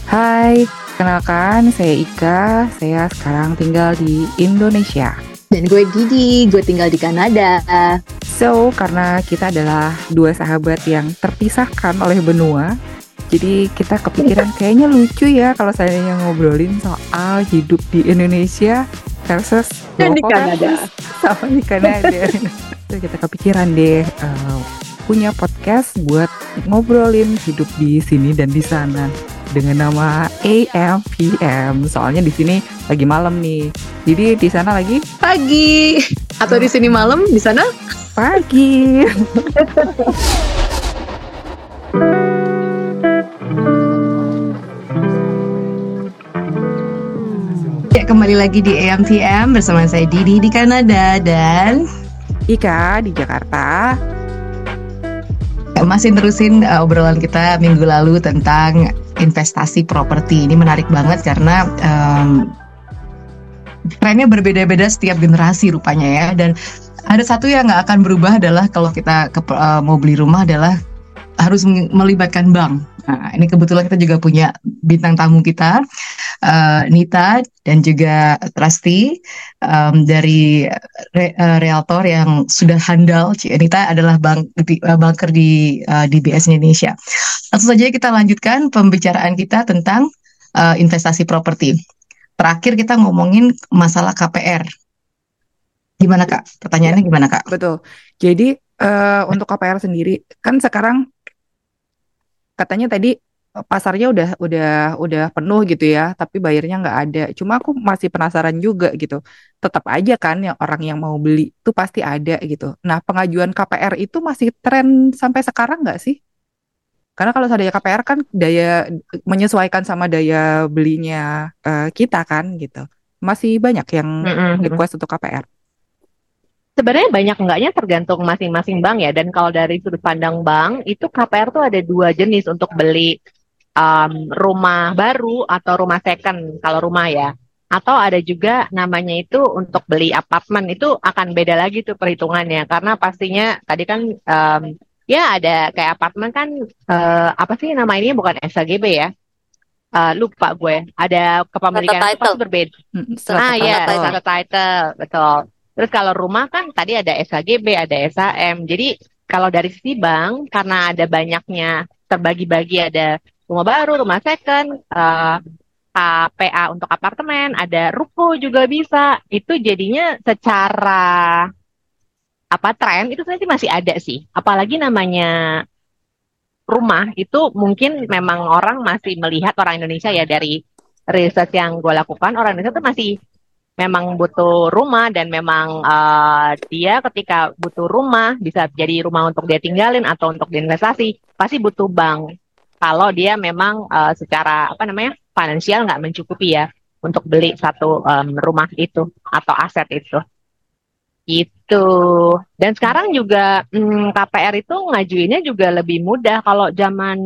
Hai, kenalkan saya Ika, saya sekarang tinggal di Indonesia. Dan gue Didi, gue tinggal di Kanada. So, karena kita adalah dua sahabat yang terpisahkan oleh benua, jadi kita kepikiran kayaknya lucu ya kalau saya ngobrolin soal hidup di Indonesia versus Dan di local Kanada. versus sama di Kanada. Terus kita kepikiran deh punya podcast buat ngobrolin hidup di sini dan di sana dengan nama AMPM. Soalnya di sini lagi malam nih. Jadi di sana lagi Pagi. Atau di sini malam, di sana pagi. ya, kembali lagi di AMTM bersama saya Didi di Kanada dan Ika di Jakarta. masih terusin obrolan kita minggu lalu tentang investasi properti. Ini menarik banget karena trennya berbeda-beda setiap generasi rupanya ya. Dan ada satu yang nggak akan berubah adalah kalau kita mau beli rumah adalah harus melibatkan bank. Nah, ini kebetulan kita juga punya bintang tamu kita, Nita dan juga Trusty dari realtor yang sudah handal. Nita adalah banker di DBS Indonesia. Langsung saja kita lanjutkan pembicaraan kita tentang investasi properti. Terakhir kita ngomongin masalah KPR. Gimana Kak? Pertanyaannya gimana Kak? Betul. Jadi untuk KPR sendiri kan sekarang katanya tadi pasarnya udah penuh gitu ya, tapi bayarnya nggak ada. Cuma aku masih penasaran juga gitu. Tetap aja kan yang orang yang mau beli itu pasti ada gitu. Nah, pengajuan KPR itu masih tren sampai sekarang nggak sih? Karena kalau daya KPR kan daya menyesuaikan sama daya belinya kita kan gitu. Masih banyak yang request untuk KPR. Sebenarnya banyak enggaknya tergantung masing-masing bank ya. Dan kalau dari sudut pandang bank, itu KPR tuh ada dua jenis untuk beli rumah baru atau rumah second kalau rumah ya. Atau ada juga namanya itu untuk beli apartemen. Itu akan beda lagi tuh perhitungannya. Karena pastinya tadi kan ya ada kayak apartemen kan apa sih nama ininya bukan SHGB ya. Lupa gue. Ada kepemilikan itu pasti berbeda. Ya, strata title, betul. Terus kalau rumah kan tadi ada SHGB, ada SHM. Jadi kalau dari sisi bank, karena ada banyaknya terbagi-bagi, ada rumah baru, rumah second, KPA untuk apartemen, ada ruko juga bisa. Itu jadinya secara tren itu sebenarnya masih ada sih. Apalagi namanya rumah itu mungkin memang orang masih melihat orang Indonesia ya dari riset yang gue lakukan, orang Indonesia tuh masih memang butuh rumah dan memang dia ketika butuh rumah bisa jadi rumah untuk dia tinggalin atau untuk diinvestasi pasti butuh bank kalau dia memang secara finansial nggak mencukupi ya untuk beli satu rumah itu atau aset itu itu. Dan sekarang juga KPR itu ngajuinnya juga lebih mudah. Kalau zaman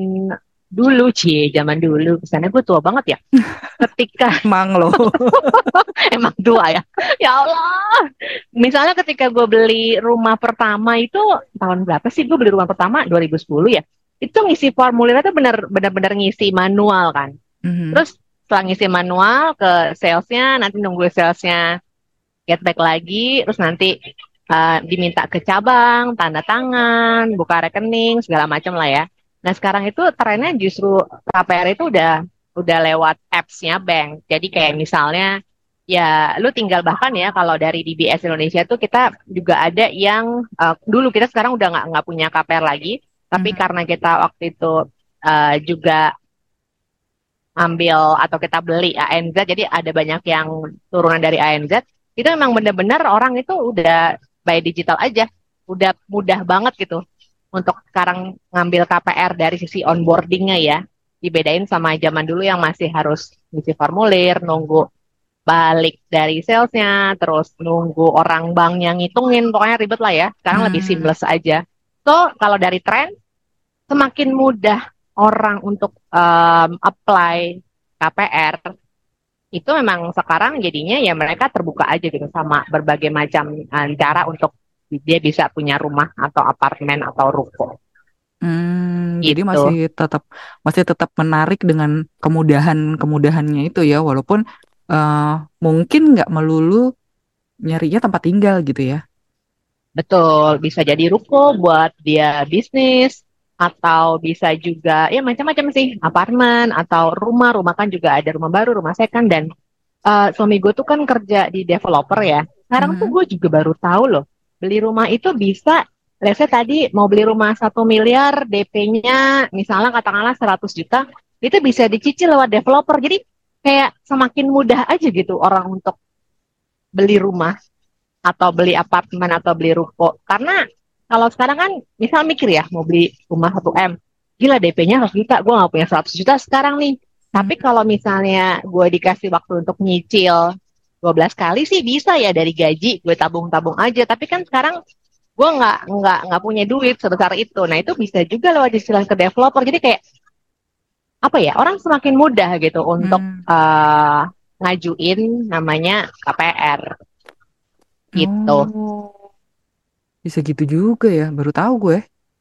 zaman dulu kesannya gue tua banget ya ketika Emang loh. emang tua ya. Ya Allah. Misalnya ketika gue beli rumah pertama itu tahun berapa sih gue beli rumah pertama 2010 ya. Itu ngisi formulirnya tuh benar-benar ngisi manual kan. Terus setelah ngisi manual ke salesnya, nanti nunggu salesnya get back lagi, terus nanti diminta ke cabang, tanda tangan, buka rekening, segala macam lah ya. Nah sekarang itu trennya justru KPR itu udah lewat apps-nya bank. Jadi kayak misalnya ya lu tinggal bahkan ya kalau dari DBS Indonesia tuh kita juga ada yang dulu kita sekarang udah nggak punya KPR lagi, tapi karena kita waktu itu juga ambil atau kita beli ANZ, jadi ada banyak yang turunan dari ANZ, itu memang benar-benar orang itu udah by digital aja, udah mudah banget gitu untuk sekarang ngambil KPR dari sisi onboardingnya ya, dibedain sama zaman dulu yang masih harus ngisi formulir, nunggu balik dari salesnya, terus nunggu orang bank yang ngitungin, pokoknya ribet lah ya, sekarang lebih seamless aja. So, kalau dari tren, semakin mudah orang untuk apply KPR, itu memang sekarang jadinya ya mereka terbuka aja gitu sama berbagai macam cara untuk dia bisa punya rumah atau apartemen atau ruko. Jadi gitu. masih tetap menarik dengan kemudahannya itu ya, walaupun eh, mungkin nggak melulu nyarinya tempat tinggal gitu ya. Betul, bisa jadi ruko buat dia bisnis, atau bisa juga ya macam-macam sih, apartemen atau rumah. Rumah kan juga ada rumah baru, rumah second, dan suami gue tuh kan kerja di developer ya. Sekarang tuh Mhm. gue juga baru tahu loh, beli rumah itu bisa, let's say tadi mau beli rumah 1 miliar, DP-nya misalnya katakanlah 100 juta, itu bisa dicicil lewat developer. Jadi kayak semakin mudah aja gitu orang untuk beli rumah atau beli apartemen atau beli ruko. Karena kalau sekarang kan misal mikir ya mau beli rumah 1 M, gila DP-nya 100 juta, gue nggak punya 100 juta sekarang nih. Tapi Mhm. kalau misalnya gue dikasih waktu untuk nyicil 12 kali sih bisa ya, dari gaji gue tabung-tabung aja. Tapi kan sekarang gue nggak punya duit sebesar itu. Nah itu bisa juga lewat cicilan ke developer. Jadi kayak apa ya, orang semakin mudah gitu untuk Hmm. ngajuin namanya KPR gitu. Oh, bisa gitu juga ya, baru tahu gue.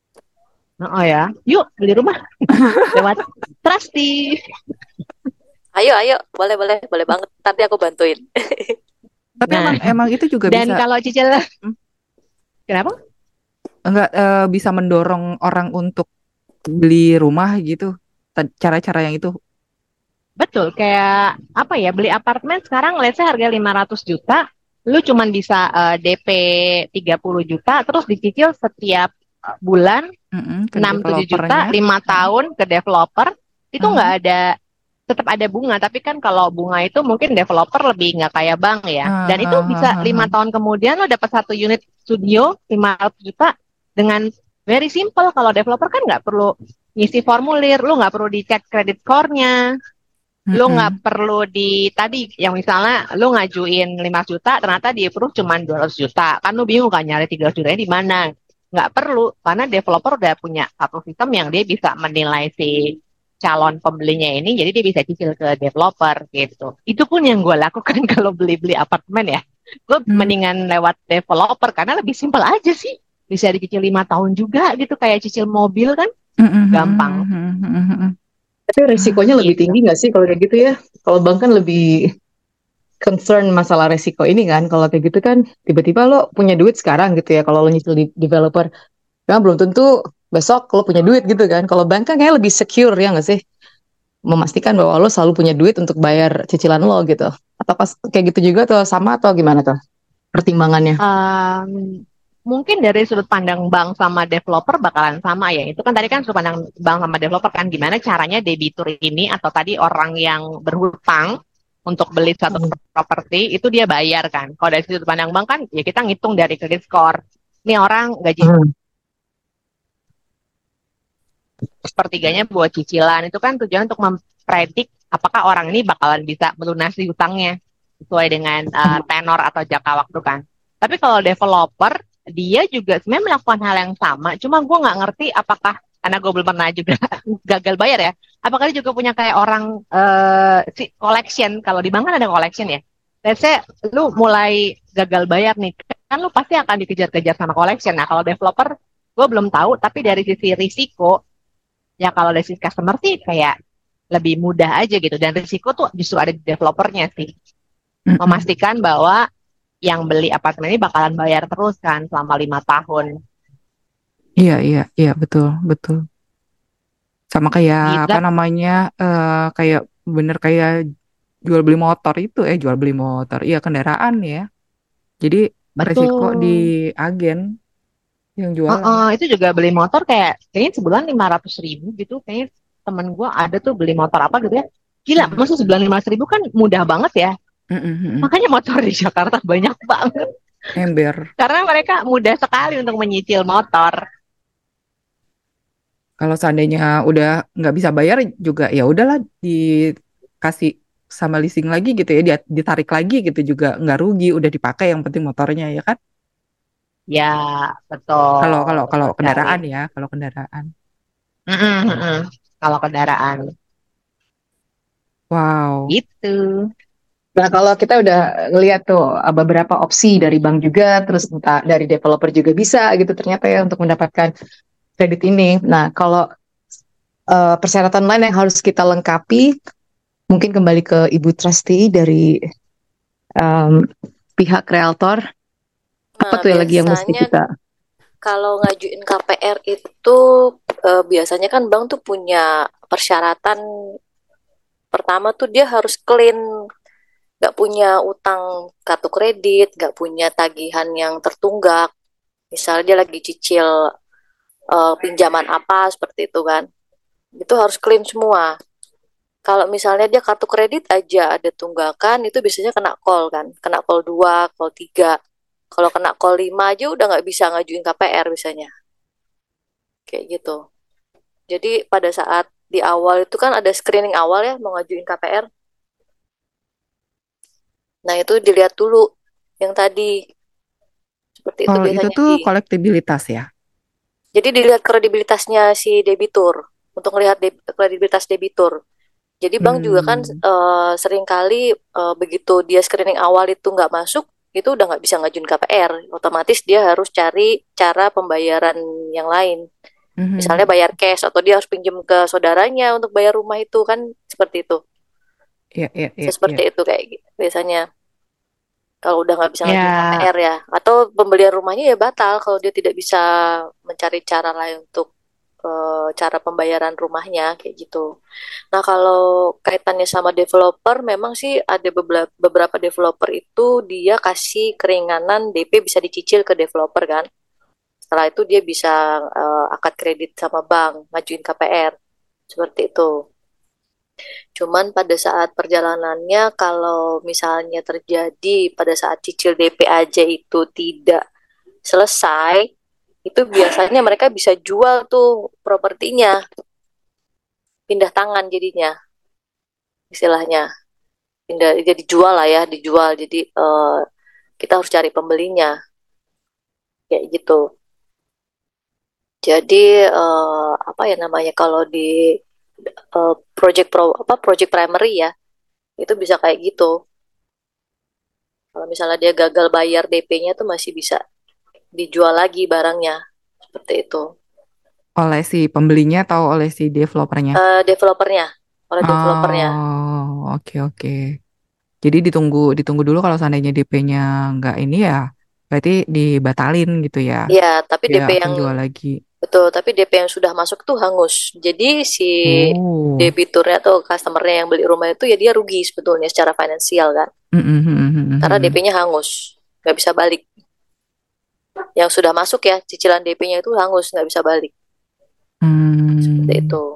Oh ya, yuk beli rumah lewat Trusty. Ayo, ayo, boleh, boleh, boleh banget. Nanti aku bantuin. Tapi Nah, emang itu juga dan bisa, kalau cicil, hmm, kenapa? enggak, bisa mendorong orang untuk beli rumah gitu. Cara-cara yang itu. Betul, kayak apa ya, beli apartemen sekarang let's say harga 500 juta, lu cuman bisa DP 30 juta, terus dicicil setiap bulan Mm-mm, ke 6-7 juta, developernya. 5 Mm-mm. tahun ke developer, itu nggak Mm-mm. ada, tetap ada bunga, tapi kan kalau bunga itu mungkin developer lebih nggak kayak bank ya. Ah, Dan itu ah, ah, bisa ah, ah. 5 tahun kemudian lo dapat satu unit studio 500 juta dengan very simple. Kalau developer kan nggak perlu ngisi formulir, lo nggak perlu dicek kredit score-nya, lo nggak Mm-mm. perlu di tadi yang misalnya lo ngajuin 5 juta ternyata di approve cuma 200 juta, kan lo bingung kan nyari 300 jutanya di mana. Nggak perlu, karena developer udah punya satu sistem yang dia bisa menilai si calon pembelinya ini, jadi dia bisa cicil ke developer gitu. Itu pun yang gue lakukan kalau beli-beli apartemen ya, gue Mm. mendingan lewat developer karena lebih simpel aja sih, bisa dicicil 5 tahun juga gitu, kayak cicil mobil kan, Mm, mm, mm, gampang mm, mm, mm, mm, mm. Tapi resikonya lebih gitu. tinggi nggak sih kalau kayak gitu ya? Kalau bank kan lebih concern masalah resiko ini kan. Kalau kayak gitu kan tiba-tiba lo punya duit sekarang gitu ya. Kalau lo nyicil di developer, kan belum tentu besok lo punya duit gitu kan. Kalau bank kan kayak lebih secure ya nggak sih? Memastikan bahwa lo selalu punya duit untuk bayar cicilan lo gitu. Atau pas kayak gitu juga tuh sama atau gimana tuh pertimbangannya? Um, Mungkin dari sudut pandang bank sama developer bakalan sama ya. Itu kan tadi kan sudut pandang bank sama developer kan, gimana caranya debitur ini atau tadi orang yang berhutang untuk beli satu Hmm. properti itu dia bayar kan. Kalau dari sudut pandang bank kan ya kita ngitung dari kredit score. Ini orang gaji Hmm. sepertiganya buat cicilan. Itu kan tujuan untuk mempredik apakah orang ini bakalan bisa melunasi hutangnya sesuai dengan tenor atau jangka waktu kan. Tapi kalau developer, dia juga sebenarnya melakukan hal yang sama. Cuma gue nggak ngerti apakah, karena gue belum pernah juga gagal bayar ya. Apakah dia juga punya kayak orang si collection. Kalau di bank kan ada collection ya. Let's say lu mulai gagal bayar nih, kan lu pasti akan dikejar-kejar sama collection. Nah kalau developer, gue belum tahu. Tapi dari sisi risiko, ya kalau dari sisi customer sih kayak lebih mudah aja gitu. Dan risiko tuh justru ada di developernya sih. Mm-mm. Memastikan bahwa yang beli apartemen ini bakalan bayar terus kan selama 5 tahun Iya, iya, iya, betul, betul. Sama kayak gitu. apa namanya, kayak bener kayak jual beli motor itu, jual beli motor, iya kendaraan ya. Jadi resiko di Betul. agen yang jualan. Itu juga beli motor kayak kayaknya sebulan 500 ribu gitu. Kayaknya temen gue ada tuh beli motor apa gitu ya. Gila, Mm. maksud sebulan 500 ribu kan mudah banget ya. Mm-mm, mm-mm. Makanya motor di Jakarta banyak banget. Ember. Karena mereka mudah sekali untuk menyicil motor. Kalau seandainya udah nggak bisa bayar juga ya udahlah, dikasih sama leasing lagi gitu ya, ditarik lagi gitu juga nggak rugi, udah dipakai yang penting motornya ya kan. Ya, Kalau betul. kalau kalau Betul sekali. kendaraan ya, kalau kendaraan. Mm-mm, mm-mm. Kalau kendaraan. Wow. Gitu. Nah, kalau kita udah ngeliat tuh beberapa opsi dari bank juga, terus entah dari developer juga bisa gitu ternyata ya untuk mendapatkan kredit ini. Nah, kalau persyaratan lain yang harus kita lengkapi, mungkin kembali ke Ibu Trusty dari em, pihak realtor. Apa Nah, tuh yang lagi yang mesti biasanya kita? kalau ngajuin KPR itu biasanya kan bank tuh punya persyaratan pertama tuh dia harus clean, nggak punya utang kartu kredit, nggak punya tagihan yang tertunggak. Misalnya dia lagi cicil pinjaman apa seperti itu kan, itu harus clean semua. Kalau misalnya dia kartu kredit aja ada tunggakan, itu biasanya kena call kan, kena call 2, call 3. Kalau kena call 5 aja udah nggak bisa ngajuin KPR biasanya, kayak gitu. Jadi pada saat di awal itu kan ada screening awal ya mau ngajuin KPR. Nah itu dilihat dulu yang tadi, seperti itu Kalau itu biasanya tuh di. kolektibilitas ya. Jadi dilihat kredibilitasnya si debitur, untuk melihat kredibilitas debitur. Jadi bank juga kan Hmm. seringkali begitu dia screening awal itu nggak masuk, itu udah nggak bisa ngajuin KPR. Otomatis dia harus cari cara pembayaran yang lain. Misalnya Mhm. bayar cash atau dia harus pinjam ke saudaranya untuk bayar rumah itu kan seperti itu. Iya, iya, iya, iya. Seperti itu kayak gitu biasanya. Kalau udah nggak bisa ngajuin Ya, KPR ya, atau pembelian rumahnya ya batal kalau dia tidak bisa mencari cara lain untuk cara pembayaran rumahnya kayak gitu. Nah, kalau kaitannya sama developer, memang sih ada beberapa developer itu dia kasih keringanan DP bisa dicicil ke developer kan. Setelah itu dia bisa akad kredit sama bank, ngajuin KPR. Seperti itu. Cuman pada saat perjalanannya, kalau misalnya terjadi pada saat cicil DP aja itu tidak selesai, itu biasanya mereka bisa jual tuh propertinya, pindah tangan jadinya, istilahnya. Pindah, jadi dijual lah ya, dijual. Jadi kita harus cari pembelinya, kayak gitu. Jadi apa ya namanya kalau di project primary ya, itu bisa kayak gitu. Kalau misalnya dia gagal bayar DP-nya tuh masih bisa dijual lagi barangnya seperti itu. oleh si pembelinya atau oleh si developernya? Developernya, oleh developernya. Oh, oke, oke. Jadi ditunggu ditunggu dulu kalau seandainya DP-nya nggak ini ya, berarti dibatalin gitu ya. Ya, tapi Dia DP akan yang jual lagi. betul, tapi DP yang sudah masuk tuh hangus. Jadi si Oh. debiturnya atau customernya yang beli rumah itu ya dia rugi sebetulnya secara finansial kan, Mm-mm, mm-mm, karena mm-mm. DP-nya hangus, nggak bisa balik. Yang sudah masuk ya cicilan DP-nya itu hangus, nggak bisa balik. Seperti itu. Hmm,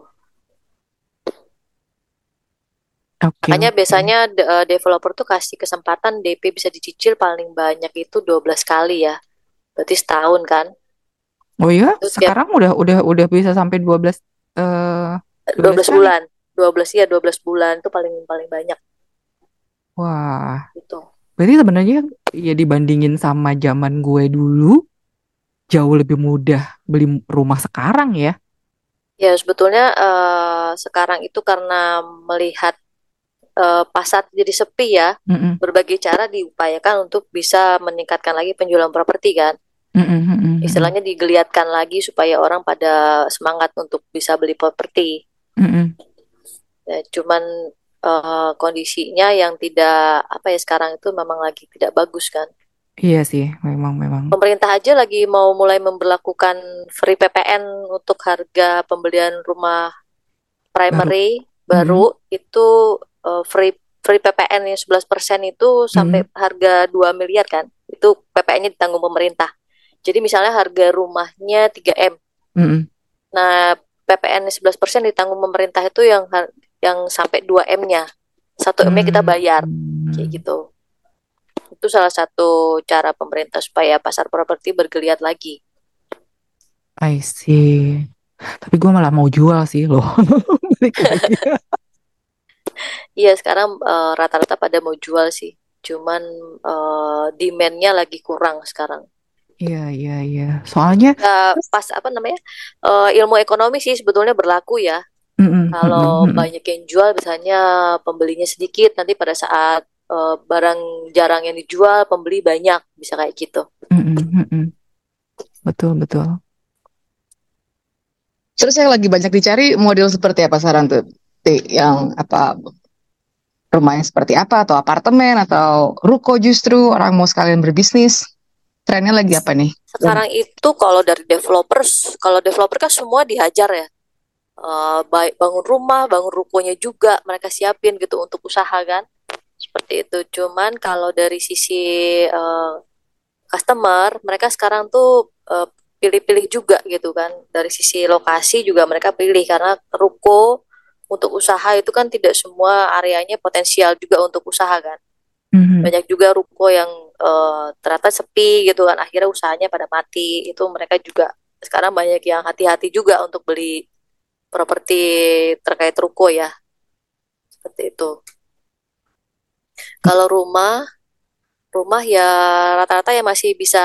oke, Makanya oke. biasanya developer tuh kasih kesempatan DP bisa dicicil paling banyak itu 12 kali ya. Berarti setahun kan. Oh ya, Itu tiap sekarang udah bisa sampai 12 eh 12 12 kali. bulan. 12 ya 12 bulan itu paling paling banyak Wah, gitu. berarti sebenarnya ya dibandingin sama zaman gue dulu jauh lebih mudah beli rumah sekarang ya. Ya sebetulnya sekarang itu karena melihat pasar jadi sepi ya, Mm-mm, berbagai cara diupayakan untuk bisa meningkatkan lagi penjualan properti kan. mm-mm, mm-mm, mm-mm, Istilahnya digeliatkan lagi supaya orang pada semangat untuk bisa beli properti. mm-mm. Ya, cuman kondisinya yang tidak apa ya sekarang itu memang lagi tidak bagus kan. Iya sih, memang. Pemerintah aja lagi mau mulai memberlakukan free PPN untuk harga pembelian rumah Baru. primary Mm-mm, baru itu free free PPN yang 11% itu sampai mm-mm, harga 2 miliar kan. Itu PPN-nya ditanggung pemerintah. Jadi misalnya harga rumahnya 3M. mm-mm. Nah, PPN 11% ditanggung pemerintah itu yang sampai 2M-nya. 1M-nya kita bayar. Kayak Hmm, gitu. Itu salah satu cara pemerintah supaya pasar properti bergeliat lagi. I see. Tapi gue malah mau jual sih loh. Balik lagi. Iya, sekarang rata-rata pada mau jual sih. Cuman demand-nya lagi kurang sekarang. Iya, iya, iya. Soalnya, Pas apa namanya ilmu ekonomi sih sebetulnya berlaku ya. mm-mm, Kalau mm-mm, mm-mm, banyak yang jual, misalnya pembelinya sedikit, nanti pada saat barang jarang yang dijual, pembeli banyak, bisa kayak gitu. mm-mm, mm-mm. Betul, betul. Terus yang lagi banyak dicari model seperti apa sekarang tuh? Yang apa, rumah yang seperti apa, atau apartemen atau ruko, justru orang mau sekalian berbisnis? Trennya lagi apa nih? Sekarang itu kalau developer kan semua dihajar ya. Baik bangun rumah, bangun rukonya juga mereka siapin gitu untuk usaha kan. Seperti itu. Cuman kalau dari sisi customer, mereka sekarang tuh pilih-pilih juga gitu kan. Dari sisi lokasi juga mereka pilih karena ruko untuk usaha itu kan tidak semua areanya potensial juga untuk usaha kan. Banyak juga ruko yang ternyata sepi gitu kan, akhirnya usahanya pada mati. Itu mereka juga sekarang banyak yang hati-hati juga untuk beli properti terkait ruko ya, seperti itu. Kalau rumah ya rata-rata ya masih bisa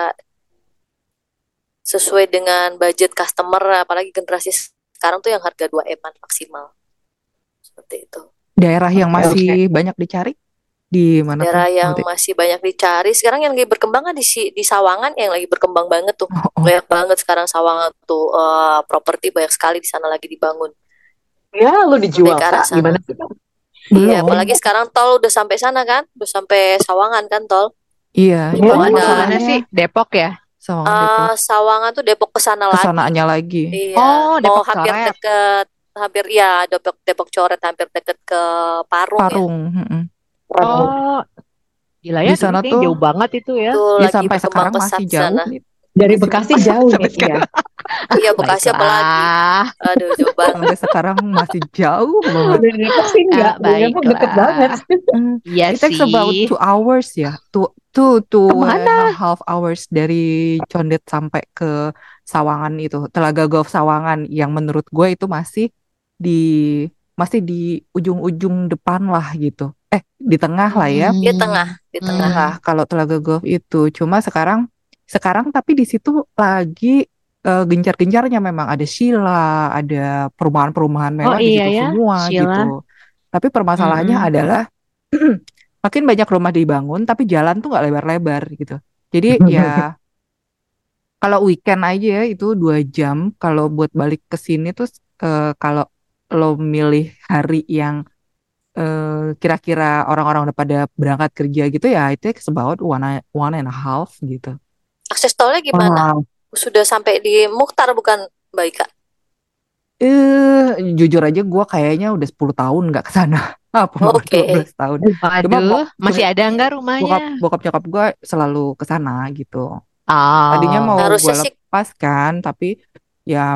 sesuai dengan budget customer, apalagi generasi sekarang tuh yang harga 2M-an maksimal, seperti itu. Daerah yang masih banyak dicari di mana Daerah tuh? yang masih banyak dicari sekarang yang lagi berkembang kan di Sawangan, yang lagi berkembang banget tuh. Banyak banget sekarang Sawangan tuh, properti banyak sekali di sana lagi dibangun. Ya, lu dijual Ke arah Kak, gimana sana. sih? Iya, apalagi sekarang tol udah sampai sana kan, udah sampai Sawangan kan tol. Iya, Itu ada Mana sih? Depok ya? Sawangan Depok. Sawangan tuh Depok ke sana lagi. Kesanaannya lagi. Iya, Oh, mau Depok hampir Coret. deket, hampir ya Depok Coret, hampir deket ke Parung ya. Parung. Oh, gila ya, Di sana kayaknya tuh jauh banget itu ya. Tuh ya lagi sampai berkembang sekarang pesat masih di jauh sana. nih. Dari Bekasi jauh Sampai nih, iya. Iya, Bekasi apalagi. Baiklah. Aduh, jauh banget. Sampai sekarang masih jauh banget. Dari Depok sih enggak, dari Depok deket banget. Iya It takes about sih. 2 hours ya. Two and Kemana? a half hours dari Condet sampai ke Sawangan itu. Telaga Golf Sawangan yang menurut gue itu di masih di ujung-ujung depan lah gitu. Di tengah lah ya. Di tengah. Tengah kalau Telaga Golf itu. Cuma sekarang tapi di situ lagi gencar-gencarnya, memang ada Sheila, ada perumahan-perumahan mewah di iya situ ya, semua Sheila. gitu. Tapi permasalahannya adalah makin banyak rumah dibangun tapi jalan tuh nggak lebar-lebar gitu. Jadi ya kalau weekend aja ya itu 2 jam. Kalau buat balik ke sini tuh kalau lo milih hari yang kira-kira orang-orang udah pada berangkat kerja gitu ya, itu about 1.5 gitu. Akses tolnya gimana? Sudah sampai di Mukhtar bukan, Mbak Ika? Jujur aja gue kayaknya udah 10 tahun nggak ke sana. Oke. 12 tahun. Waduh, masih ada nggak rumahnya? Bokap nyokap gue selalu ke sana gitu. Oh. Tadinya mau Harusnya gue sih lepas kan, tapi ya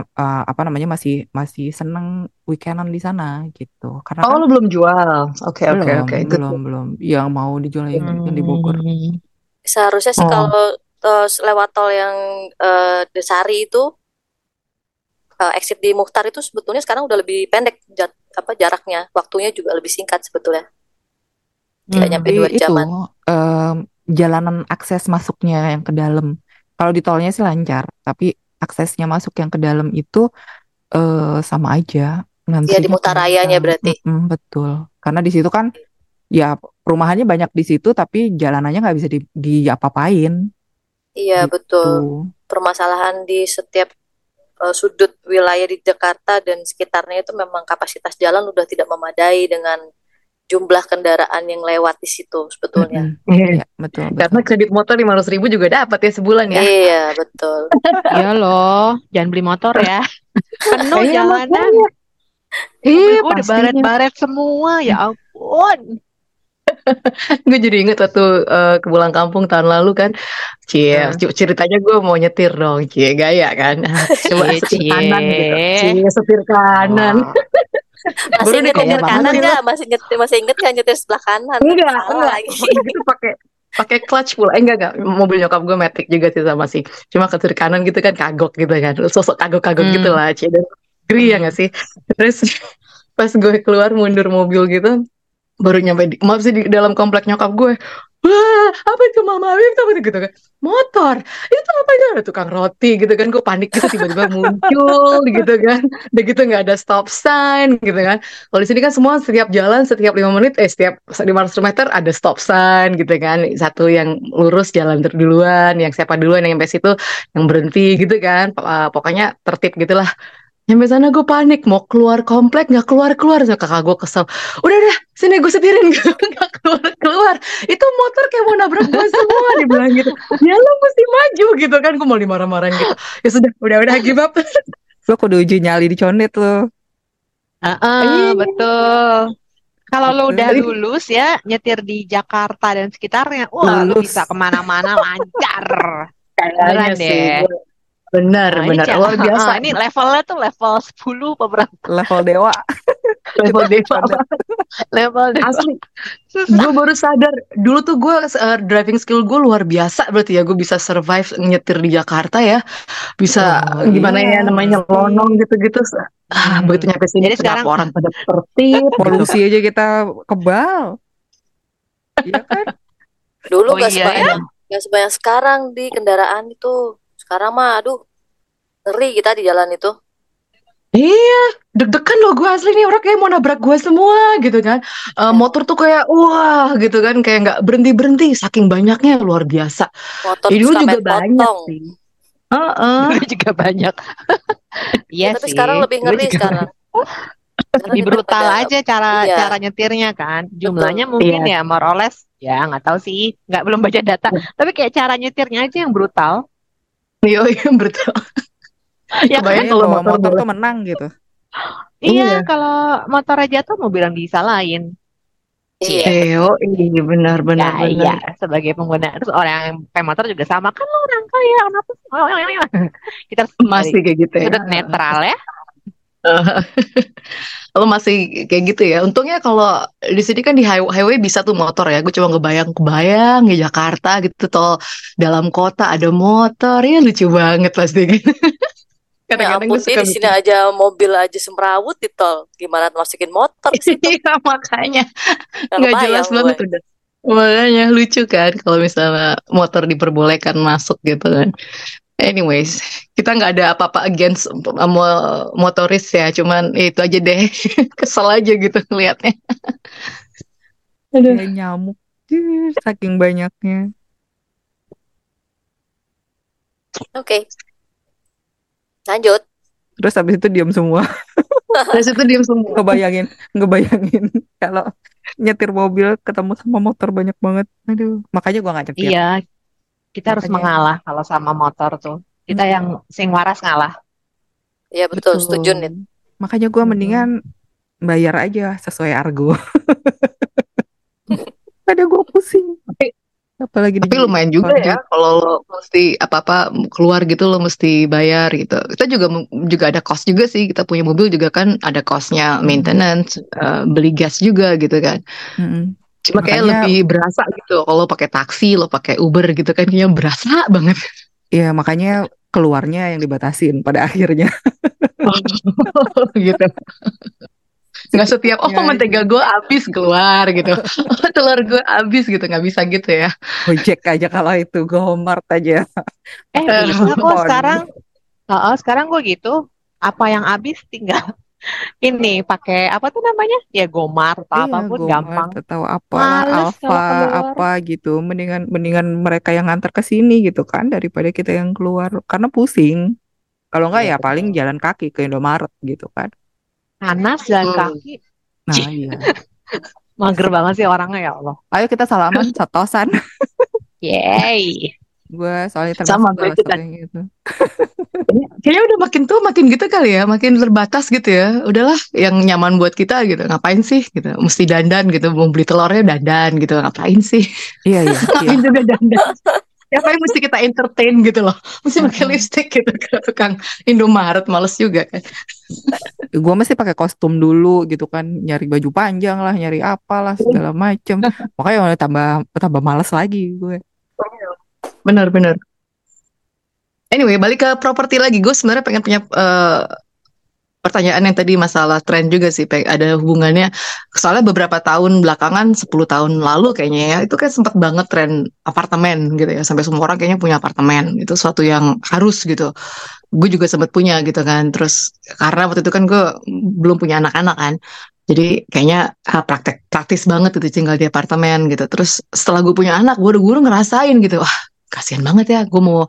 masih seneng weekendan di sana gitu. Karena kan lu belum jual. Oke. belum yang mau dijual yang di Bogor. seharusnya sih kalau lewat tol yang Desari itu exit di Mukhtar itu sebetulnya sekarang udah lebih pendek jaraknya, waktunya juga lebih singkat sebetulnya. Tidak nyampe 2 Itu jaman. jalanan akses masuknya yang ke dalam. Kalau di tolnya sih lancar, tapi aksesnya masuk yang ke dalam itu sama aja. Ya di Mutarayanya berarti. Betul. Karena di situ kan ya perumahannya banyak di situ, tapi jalanannya nggak bisa diapa-apain. Iya gitu. betul. Permasalahan di setiap sudut wilayah di Jakarta dan sekitarnya itu memang kapasitas jalan udah tidak memadai dengan jumlah kendaraan yang lewat di situ sebetulnya. Iya, betul. Karena kredit motor 500.000 juga dapat ya sebulan ya. Iya betul. Iya loh, jangan beli motor ya. Penuh jalanan. Iya, gue udah baret-baret semua, ya ampun. Gue jadi inget waktu ke pulang kampung tahun lalu kan, ceritanya gue mau nyetir dong, gaya kan, coba setir kanan gitu, setir kanan. Masih inget nyetir kanan nggak? Masih inget kan nyetir sebelah kanan? Enggak. Gitu pakai clutch pula. Enggak. Mobil nyokap gue Matic juga sih sama sih. Cuma ke setir kanan gitu kan kagok gitu kan, sosok kagok gitu lah, dan geri ya nggak sih. Terus pas gue keluar mundur mobil gitu, baru nyampe di dalam komplek nyokap gue, wah apa itu mama apa itu gitu kan, motor itu apa itu, ada tukang roti gitu kan. Gue panik gitu, tiba-tiba muncul gitu kan, udah gitu nggak ada stop sign gitu kan. Kalau di sini kan semua setiap jalan setiap 5 menit setiap 500 meter ada stop sign gitu kan, satu yang lurus jalan duluan, yang siapa duluan yang sampai situ yang berhenti gitu kan. Pokoknya tertib gitulah. Nyampe sana gue panik, mau keluar komplek nggak keluar-keluar. So, kakak gue kesel. Udah, sini gue setirin. Nggak keluar-keluar. Itu motor kayak mau nabrak gue semua, dibilang gitu. Ya lo mesti maju gitu kan. Gue mau dimarah-marahin gitu. Ya sudah, udah give up. Lo kudu uji nyali di condet lo. Betul. Kalau lo udah Betul. lulus ya, nyetir di Jakarta dan sekitarnya, wah lo Lulus. bisa kemana-mana lancar. Kayaknya Beneran sih. deh. Benar, Ini luar biasa. ini levelnya tuh level 10 apa berapa? Level dewa. Level dewa. Condet. Level deh. Asli. Susah. Gue baru sadar dulu tuh gue driving skill gue luar biasa, berarti ya gue bisa survive nyetir di Jakarta ya, bisa Oh, gimana iya, ya namanya pasti. lonong gitu-gitu. Begitu nyampe sini Jadi kenapa sekarang orang pada tertib gitu. Polusi aja kita kebal. Iya kan? Dulu oh iya. nggak sebanyak sekarang di kendaraan itu. Sekarang mah, aduh, ngeri kita di jalan itu. Iya, deg-degan loh gue asli nih, orang kayak mau nabrak gue semua gitu kan. Motor tuh kayak wah gitu kan, kayak nggak berhenti-berhenti saking banyaknya, luar biasa. Motor Ya, tuh dulu suka juga main banyak potong. sih. Heeh. Dulu juga banyak. Iya Tapi sih. sekarang lebih Dulu ngeri juga sekarang. Sekarang lebih kita brutal pada, aja iya, cara nyetirnya kan. Jumlahnya betul. mungkin Iya. ya more or less ya nggak tahu sih, nggak belum baca data. Tapi kayak cara nyetirnya aja yang brutal. Iya, betul. Ya kan? Kebayang Kayaknya kalau bawa motor motor boleh. tuh menang gitu. Iya, Iya. kalau motornya jatuh mau bilang disalahin. Iya, Cie. Iya, benar. Ya, iya, sebagai pengguna. Terus orang yang pakai motor juga sama kan lo orang kaya, kenapa sih? Kita harus dari Masih kayak gitu ya. sudut netral ya. Lo masih kayak gitu ya. Untungnya kalau di sini kan di highway bisa tuh motor ya. Gue cuma kebayang di Jakarta gitu, tol dalam kota ada motor ya, lucu banget pasti gitu. ya Kadang-kadang ampun, gue suka di sini aja mobil aja semrawut di tol. Gimana masukin motor ke situ? Iya, makanya Nggak nggak kebayang jelas gue. banget udah. Makanya lucu kan kalau misalnya motor diperbolehkan masuk gitu kan. Anyways, kita nggak ada apa-apa against motoris ya, cuman ya itu aja deh. Kesel aja gitu ngeliatnya. Aduh. Kayak nyamuk. Saking banyaknya. Oke, lanjut. Terus habis itu diam semua. Terus itu diem semua. Ngebayangin kalau nyetir mobil ketemu sama motor banyak banget. Aduh, makanya gua nggak nyetir. Iya, kita harus Makanya. mengalah kalau sama motor tuh. Kita yang sing waras ngalah. Ya betul, setuju nih. Makanya gua mendingan bayar aja sesuai argo. Ada gua pusing. Apalagi Tapi lumayan juga ya kalau lo mesti apa-apa keluar gitu, lo mesti bayar gitu. Kita juga ada cost juga sih. Kita punya mobil juga kan ada costnya maintenance, beli gas juga gitu kan. Cuma kayak lebih berasa gitu kalau pakai taksi, lo pakai Uber gitu kan, kayaknya berasa banget. Iya, makanya keluarnya yang dibatasin pada akhirnya. Gitu. Nggak setiap mentega gue habis keluar gitu, telur gue habis gitu, nggak bisa gitu ya. Gojek aja kalau itu, Gomart aja. Bisa kok sekarang gue gitu, apa yang habis tinggal ini pakai apa tuh namanya ya, Gomart atau apapun gampang. Atau apa Alfa apa gitu, mendingan mereka yang nganter ke sini gitu kan daripada kita yang keluar, karena pusing. Kalau enggak ya paling jalan kaki ke Indomaret gitu kan. Panas jalan kaki. Nah iya. Mager banget sih orangnya, ya Allah. Ayo kita salaman satosan. Yeay. Gue soalnya sama gue gitu. Kayaknya udah makin tua makin gitu kali ya, makin terbatas gitu ya. Udahlah yang nyaman buat kita gitu. Ngapain sih gitu? Mesti dandan gitu, mau beli telurnya dandan gitu. Ngapain sih? Iya. Ngapain juga dandan? Siapa yang mesti kita entertain gitu loh? Mesti pakai lipstick gitu ke tukang Indomaret, males juga kan. Gue mesti pakai kostum dulu gitu kan, nyari baju panjang lah, nyari apalah segala macem. Makanya tambah males lagi gue. Benar. Anyway, balik ke properti lagi. Gue sebenarnya pengen punya pertanyaan yang tadi masalah tren juga sih, ada hubungannya. Soalnya beberapa tahun belakangan, 10 tahun lalu kayaknya ya, itu kan sempat banget tren apartemen gitu ya, sampai semua orang kayaknya punya apartemen. Itu suatu yang harus gitu. Gue juga sempat punya gitu kan. Terus karena waktu itu kan gue belum punya anak-anak kan, jadi kayaknya praktis banget gitu tinggal di apartemen gitu. Terus setelah gue punya anak, gue udah ngerasain gitu, wah kasihan banget ya, gue mau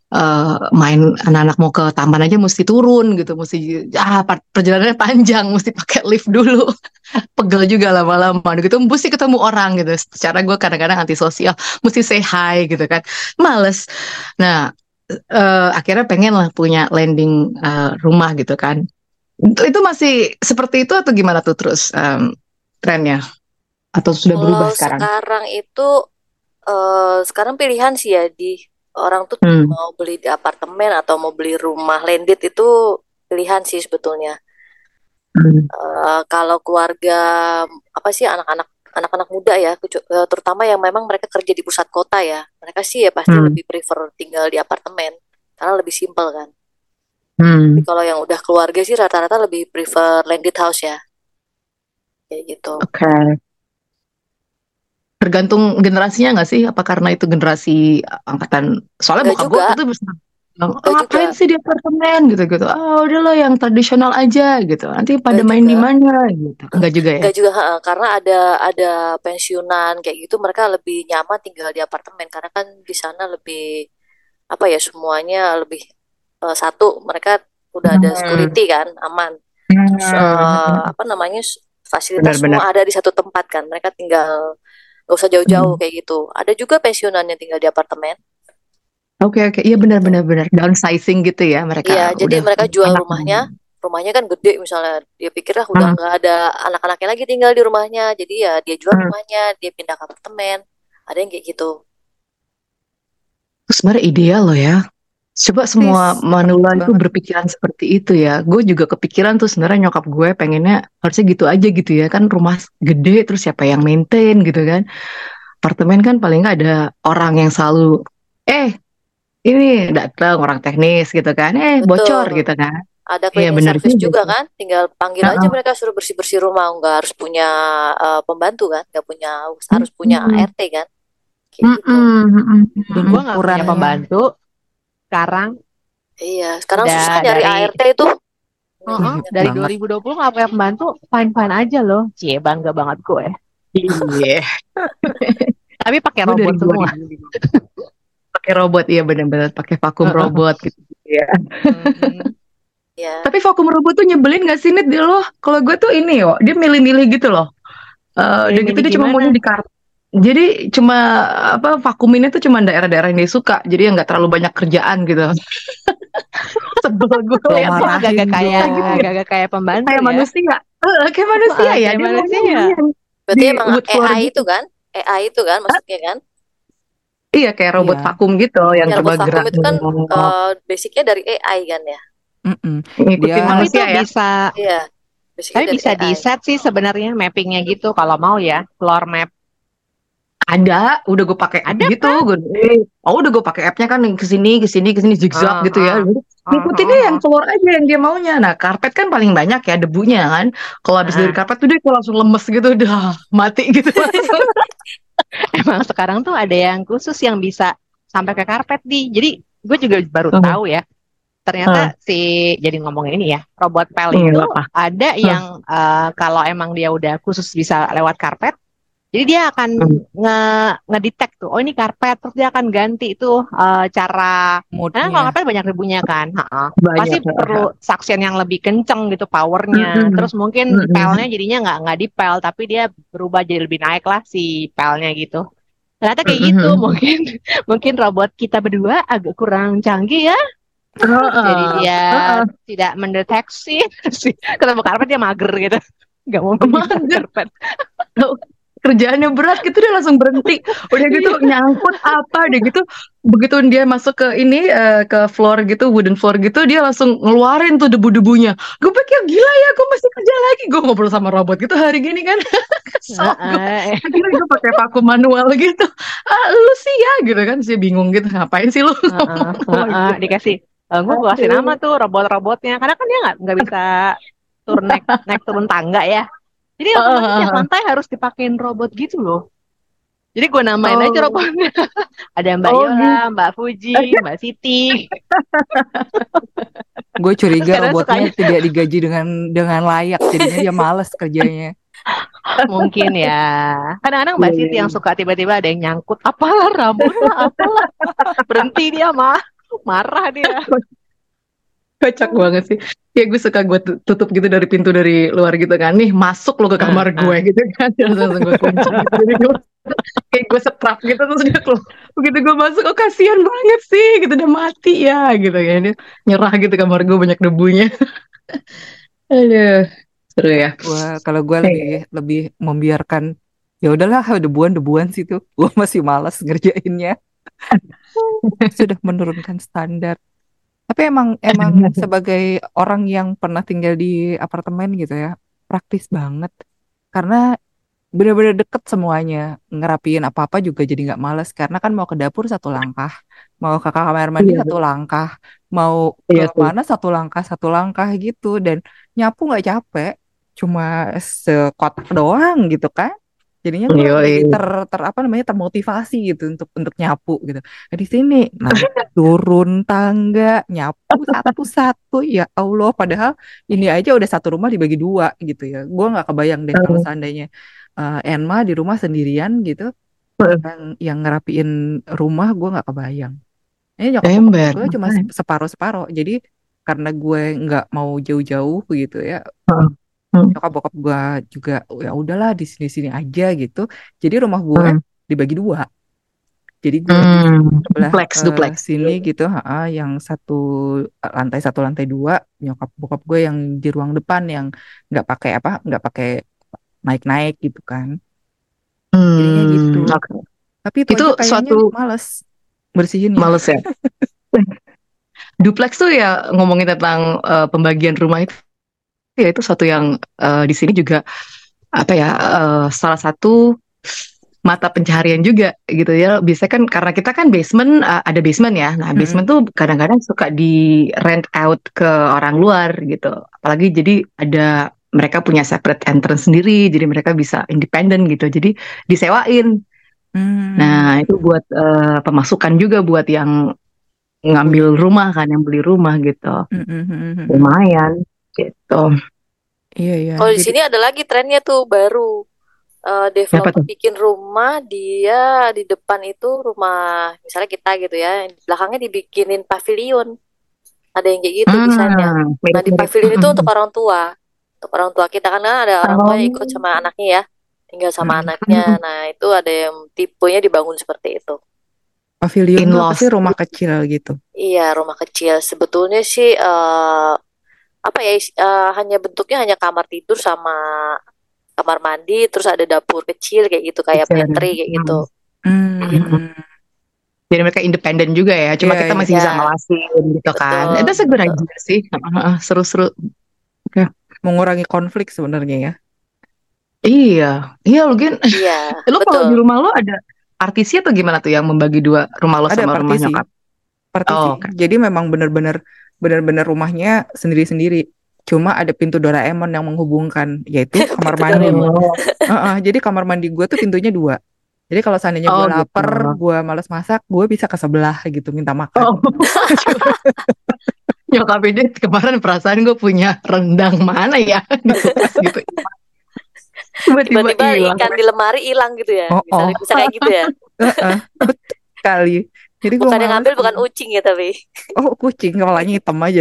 main anak-anak mau ke taman aja mesti turun gitu, mesti perjalanannya panjang, mesti pakai lift dulu, pegel juga lama-lama gitu, mesti ketemu orang gitu. Secara gue kadang-kadang antisosial, mesti say hi gitu kan, males. Nah, akhirnya pengen lah punya landing rumah gitu kan. Itu masih seperti itu atau gimana tuh terus trennya? Atau sudah berubah Kalau sekarang? sekarang itu sekarang pilihan sih ya, di orang tuh mau beli di apartemen atau mau beli rumah landed itu pilihan sih sebetulnya. Kalau keluarga apa sih, anak-anak muda ya, terutama yang memang mereka kerja di pusat kota ya, mereka sih ya pasti lebih prefer tinggal di apartemen karena lebih simpel kan. Tapi kalau yang udah keluarga sih rata-rata lebih prefer landed house ya, kayak gitu. Oke. Tergantung generasinya nggak sih? Apa karena itu generasi angkatan? Soalnya Enggak bokap gue juga, tuh bisa bilang, enggak juga, ngapain sih di apartemen gitu-gitu? Ah, udahlah yang tradisional aja gitu. Nanti pada enggak main juga. di mana gitu. Enggak juga ya? Enggak juga, karena ada pensiunan kayak gitu, mereka lebih nyaman tinggal di apartemen karena kan di sana lebih apa ya, semuanya lebih satu, mereka udah ada Hmm. security kan, aman. Terus apa namanya, fasilitas Benar-benar. semua ada di satu tempat kan, mereka tinggal gak usah jauh-jauh kayak gitu. Ada juga pensiunan yang tinggal di apartemen Oke, oke. Iya kayak gitu. benar-benar downsizing gitu ya Iya, mereka jadi udah mereka jual enak. rumahnya kan gede misalnya, dia pikir lah udah nggak ada anak-anaknya lagi tinggal di rumahnya, jadi ya dia jual rumahnya, dia pindah ke apartemen, ada yang kayak gitu. Sebenarnya ideal loh ya. Coba semua manula itu banget. berpikiran seperti itu ya. Gue juga kepikiran tuh sebenarnya nyokap gue pengennya harusnya gitu aja gitu ya. Kan rumah gede terus siapa yang maintain gitu kan. Apartemen kan paling nggak ada orang yang selalu ini datang orang teknis gitu kan. Bocor Betul. gitu kan. Ada Iya cleaning bener service juga juga sih. kan, tinggal panggil aja Heeh. mereka suruh bersih-bersih rumah, nggak harus punya pembantu kan, nggak punya, harus punya Mm-mm. ART kan, kayak gitu. Mm-mm. Dan Mm-mm. gue nggak punya Ukurannya. pembantu sekarang, Iya, sekarang udah susah nyari dari ART itu. dari Banget. 2020 nggak punya pembantu, fine-fine aja loh. Cie, bangga banget gue. Iya. Tapi pakai Gue dari robot semua. 2005 pakai robot, iya benar-benar pakai vakum Heeh. robot gitu ya. Ya, Tapi vakum robot tuh nyebelin gak sih Nit di lo? Kalau gue tuh ini yo, dia milih-milih gitu loh. Udah gitu Milih-milih dia cuma maunya gimana? di kartu. Jadi cuma apa vakuminnya tuh cuma daerah-daerah yang dia suka. Jadi yang nggak terlalu banyak kerjaan gitu. Sebel gue Lo liat Oh, marahin gitu ya. agak-agak kayak pembantu Kayak ya. manusia. Kayak manusia ya. Kayak Dia maunya manusia. yang berarti di emang wood floor AI itu gitu. kan, AI itu kan maksudnya kan. Iya kayak robot Iya. vakum gitu yang Ya, coba robot vakum gerak itu kan basicnya dari AI kan ya. Mm-mm. ngikutin Dia Tapi itu manusia ya. bisa, Iya, basicnya tapi dari bisa di AI. set sih sebenarnya mappingnya gitu kalau mau ya, floor map. Ada, udah gue pakai app Ada gitu. kan? Udah gue pakai appnya kan ke sini zigzag gitu ya. Jadi, ngikutinnya yang keluar aja yang dia maunya. Nah, karpet kan paling banyak ya debunya kan. Kalau habis dari karpet tuh dia langsung lemes gitu, udah mati gitu langsung. Emang sekarang tuh ada yang khusus yang bisa sampai ke karpet di. Jadi gue juga baru tahu ya. Ternyata jadi ngomongin ini ya, robot pel Iya, itu apa? ada yang kalau emang dia udah khusus bisa lewat karpet, jadi dia akan ngedetect tuh, oh ini karpet, terus dia akan ganti tuh cara. Karena kalau moodnya. karpet banyak ribunya kan, Banyak. pasti perlu suction yang lebih kenceng gitu powernya. Terus mungkin pelnya jadinya nggak dipel, tapi dia berubah jadi lebih naik lah si pelnya gitu. Ternyata kayak gitu, mungkin robot kita berdua agak kurang canggih ya. Jadi dia tidak mendeteksi ketemu karpet dia mager gitu, nggak mau pindah karpet. Kerjaannya berat gitu dia langsung berhenti. Udah gitu nyangkut apa deh gitu. Begitu dia masuk ke ini ke floor gitu, wooden floor gitu, dia langsung ngeluarin tuh debu-debunya. Gue pikir gila ya, gue masih kerja lagi. Gue ngobrol sama robot gitu hari gini kan. Kesel gue. Akhirnya gue pakai vakum manual gitu. Lu sih ya gitu kan, sih bingung gitu. Ngapain sih lu? Dikasih gue kasih nama tuh robot-robotnya karena kan dia nggak bisa naik turun tangga ya. Jadi otomatis tiap lantai harus dipakein robot gitu loh. Jadi gue namain aja robotnya. Ada Mbak Yola, Mbak Fuji, Mbak Siti. Gue curiga Terus robotnya sukanya, tidak digaji dengan layak, jadinya dia males kerjanya. mungkin ya. Kadang-kadang Mbak Siti yang suka tiba-tiba ada yang nyangkut, apalah rambut lah, apalah. Berhenti dia mah. Marah dia. Kocak banget sih. Ya gue suka gue tutup gitu dari pintu dari luar gitu kan. Nih masuk lo ke kamar gue gitu kan. Terus langsung gue kunci gitu. Jadi gue, kayak gue setrap gitu terus dia keluar. Begitu gue masuk, oh kasihan banget sih gitu, udah mati ya gitu kan. Dia nyerah gitu, kamar gue banyak debunya. Aduh, seru ya. Kalau gue lebih lebih membiarkan, ya udahlah debuan situ. Gue masih malas ngerjainnya. Sudah menurunkan standar. Tapi emang sebagai orang yang pernah tinggal di apartemen gitu ya, praktis banget. Karena bener-bener deket semuanya, ngerapiin apa-apa juga jadi nggak males. Karena kan mau ke dapur satu langkah, mau ke kamar mandi Iya, satu langkah, mau ke iya sih. mana satu langkah gitu. Dan nyapu nggak capek, cuma sekotak doang gitu kan. Jadinya gue jadi Yoi. apa namanya, termotivasi gitu untuk nyapu gitu. Nah, di sini naik turun tangga, nyapu satu-satu, ya Allah. Padahal ini aja udah satu rumah dibagi dua gitu ya. Gue nggak kebayang deh kalau seandainya Enma di rumah sendirian gitu, yang ngerapiin rumah, gue nggak kebayang. Ini nyokap bokap Ember, gue cuma makanya. separuh-separuh. Jadi karena gue nggak mau jauh-jauh gitu ya, Heeh. Hmm. nyokap bokap gue juga ya udahlah di sini-sini aja gitu. Jadi rumah gue Hmm. dibagi dua. Jadi gue di Hmm. sebelah Duplex, duplex. sini gitu, yang satu lantai dua, nyokap bokap gue yang di ruang depan yang nggak pakai naik-naik gitu kan. Jadinya gitu. Oke. Tapi itu Itu aja kayaknya suatu males bersihinnya. males ya. Duplex tuh ya, ngomongin tentang pembagian rumah itu ya, itu suatu yang di sini juga apa ya, salah satu mata pencaharian juga gitu ya. Biasanya kan karena kita kan basement, ada basement ya. Nah, Mm-mm. basement tuh kadang-kadang suka di rent out ke orang luar gitu. Apalagi jadi ada, mereka punya separate entrance sendiri, jadi mereka bisa independen gitu. Jadi disewain. Hmm. Nah, itu buat pemasukan juga buat yang Punya. ngambil rumah kan, yang beli rumah gitu. Mm-mm. Lumayan gitu. Iya, iya. Kalau di Jadi sini ada lagi trennya tuh baru. Apa Developer tuh? bikin rumah, dia di depan itu rumah misalnya kita gitu ya, di belakangnya dibikinin pavilion. Ada yang kayak gitu desainnya. Nah, di Mirip-mirip. pavilion itu untuk orang tua kita, karena ada orang tua yang ikut Oh. sama anaknya ya, tinggal sama mm-mm. anaknya. Nah, itu ada yang tipenya dibangun seperti itu. Pavilion tuh apa sih, In-laws. rumah kecil gitu. Iya, rumah kecil. Sebetulnya sih apa ya, hanya bentuknya hanya kamar tidur sama kamar mandi, terus ada dapur kecil kayak gitu, kayak Kecil. pantry kayak gitu. Hmm. Hmm. Jadi mereka independen juga ya, cuma Iya, kita iya. masih bisa Ya, ngawasin gitu kan. betul, Itu segera betul. aja sih. Seru-seru. Oke. Mengurangi konflik sebenarnya ya. Iya, iya lu Gen. Iya, Lu kalau betul. di rumah lo ada partisi atau gimana tuh yang membagi dua rumah lo Ada sama rumah partisi, nyokap? partisi. Oh, oke. Jadi memang bener-bener rumahnya sendiri-sendiri. Cuma ada pintu Doraemon yang menghubungkan, yaitu kamar Pintu mandi. Doraemon. Oh, Jadi kamar mandi gue tuh pintunya dua. Jadi kalau seandainya gue oh gitu. lapar, gue males masak, gue bisa ke sebelah gitu minta makan. Oh, nyokap ini kemarin perasaan gue punya rendang mana ya di kulkas gitu. Tiba-tiba Tiba-tiba hilang. ikan di lemari hilang gitu ya. Oh, Bisa oh, bisa kayak gitu ya. betul sekali. Jadi gue Bukan yang males ngambil bukan tuh. ucing ya tapi. Oh, kucing kepalanya hitam aja.